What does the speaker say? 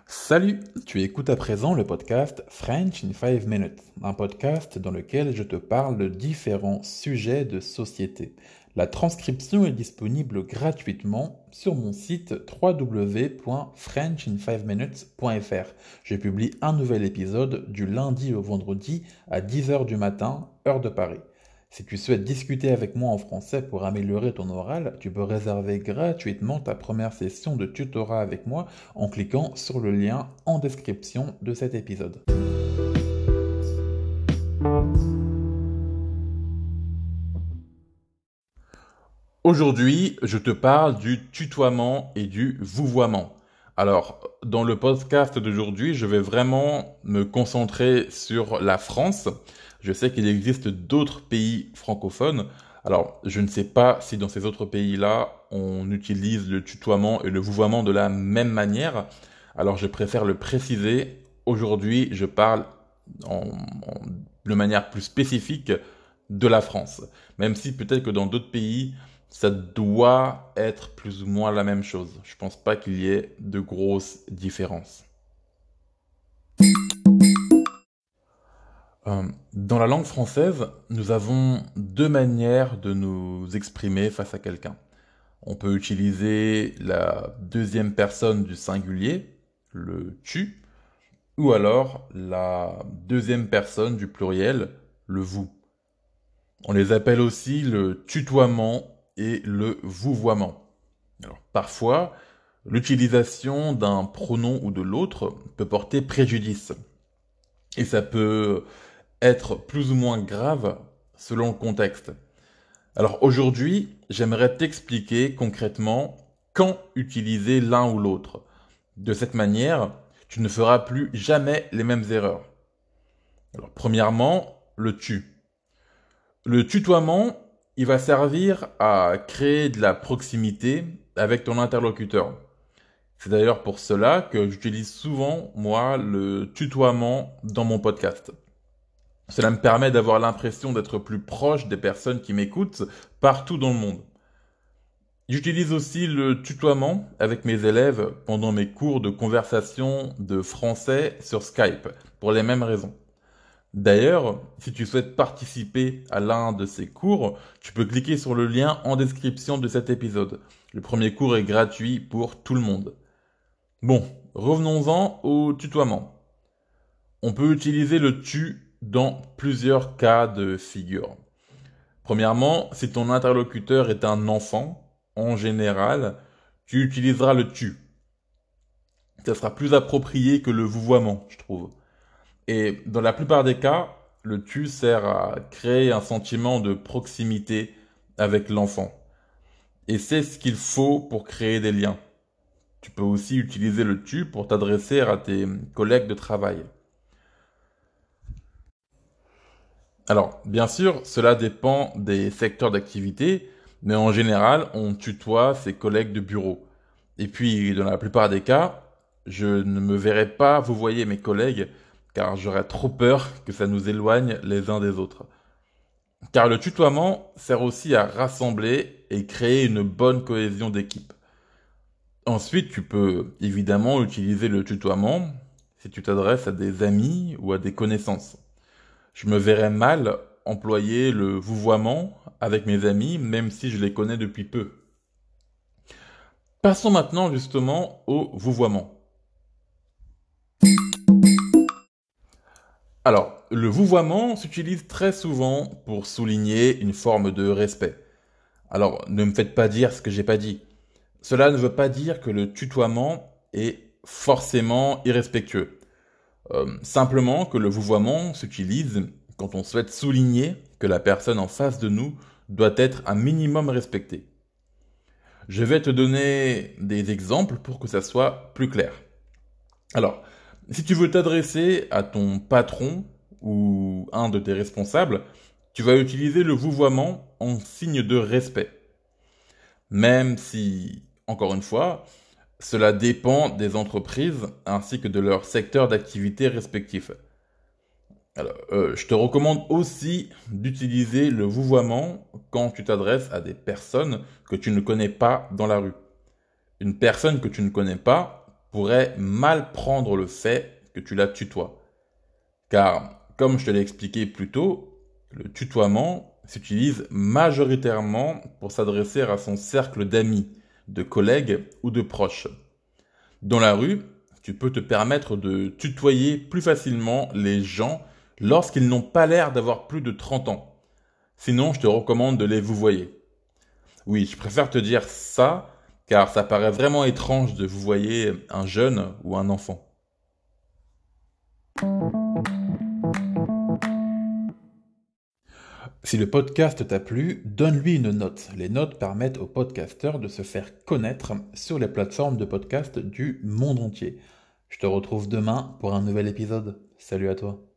Salut, tu écoutes à présent le podcast French in 5 minutes, un podcast dans lequel je te parle de différents sujets de société. La transcription est disponible gratuitement sur mon site www.frenchin5minutes.fr. Je publie un nouvel épisode du lundi au vendredi à 10 heures du matin, heure de Paris. Si tu souhaites discuter avec moi en français pour améliorer ton oral, tu peux réserver gratuitement ta première session de tutorat avec moi en cliquant sur le lien en description de cet épisode. Aujourd'hui, je te parle du tutoiement et du vouvoiement. Alors, dans le podcast d'aujourd'hui, je vais vraiment me concentrer sur la France. Je sais qu'il existe d'autres pays francophones. Alors, je ne sais pas si dans ces autres pays-là, on utilise le tutoiement et le vouvoiement de la même manière. Alors, je préfère le préciser. Aujourd'hui, je parle de manière plus spécifique de la France. Même si peut-être que dans d'autres pays, ça doit être plus ou moins la même chose. Je pense pas qu'il y ait de grosses différences. Dans la langue française, nous avons deux manières de nous exprimer face à quelqu'un. On peut utiliser la deuxième personne du singulier, le tu, ou alors la deuxième personne du pluriel, le vous. On les appelle aussi le tutoiement et le vouvoiement. Alors, parfois, l'utilisation d'un pronom ou de l'autre peut porter préjudice. Et ça peut être plus ou moins grave selon le contexte. Alors aujourd'hui, j'aimerais t'expliquer concrètement quand utiliser l'un ou l'autre. De cette manière, tu ne feras plus jamais les mêmes erreurs. Alors premièrement, le tu. Le tutoiement, il va servir à créer de la proximité avec ton interlocuteur. C'est d'ailleurs pour cela que j'utilise souvent, moi, le tutoiement dans mon podcast. Cela me permet d'avoir l'impression d'être plus proche des personnes qui m'écoutent partout dans le monde. J'utilise aussi le tutoiement avec mes élèves pendant mes cours de conversation de français sur Skype, pour les mêmes raisons. D'ailleurs, si tu souhaites participer à l'un de ces cours, tu peux cliquer sur le lien en description de cet épisode. Le premier cours est gratuit pour tout le monde. Bon, revenons-en au tutoiement. On peut utiliser le tu dans plusieurs cas de figure. Premièrement, si ton interlocuteur est un enfant, en général, tu utiliseras le tu. Ça sera plus approprié que le vouvoiement, je trouve. Et dans la plupart des cas, le tu sert à créer un sentiment de proximité avec l'enfant. Et c'est ce qu'il faut pour créer des liens. Tu peux aussi utiliser le tu pour t'adresser à tes collègues de travail. Alors, bien sûr, cela dépend des secteurs d'activité, mais en général, on tutoie ses collègues de bureau. Et puis, dans la plupart des cas, je ne me verrai pas vous voyez mes collègues, car j'aurais trop peur que ça nous éloigne les uns des autres. Car le tutoiement sert aussi à rassembler et créer une bonne cohésion d'équipe. Ensuite, tu peux évidemment utiliser le tutoiement si tu t'adresses à des amis ou à des connaissances. Je me verrais mal employer le vouvoiement avec mes amis, même si je les connais depuis peu. Passons maintenant justement au vouvoiement. Alors, le vouvoiement s'utilise très souvent pour souligner une forme de respect. Alors, ne me faites pas dire ce que j'ai pas dit. Cela ne veut pas dire que le tutoiement est forcément irrespectueux. Simplement que le vouvoiement s'utilise quand on souhaite souligner que la personne en face de nous doit être un minimum respectée. Je vais te donner des exemples pour que ça soit plus clair. Alors, si tu veux t'adresser à ton patron ou un de tes responsables, tu vas utiliser le vouvoiement en signe de respect. Même si, encore une fois, cela dépend des entreprises ainsi que de leur secteur d'activité respectif. Alors, je te recommande aussi d'utiliser le vouvoiement quand tu t'adresses à des personnes que tu ne connais pas dans la rue. Une personne que tu ne connais pas pourrait mal prendre le fait que tu la tutoies. Car, comme je te l'ai expliqué plus tôt, le tutoiement s'utilise majoritairement pour s'adresser à son cercle d'amis, de collègues ou de proches. Dans la rue, tu peux te permettre de tutoyer plus facilement les gens lorsqu'ils n'ont pas l'air d'avoir plus de 30 ans. Sinon, je te recommande de les vouvoyer. Oui, je préfère te dire ça, car ça paraît vraiment étrange de vouvoyer un jeune ou un enfant. Si le podcast t'a plu, donne-lui une note. Les notes permettent aux podcasteurs de se faire connaître sur les plateformes de podcast du monde entier. Je te retrouve demain pour un nouvel épisode. Salut à toi.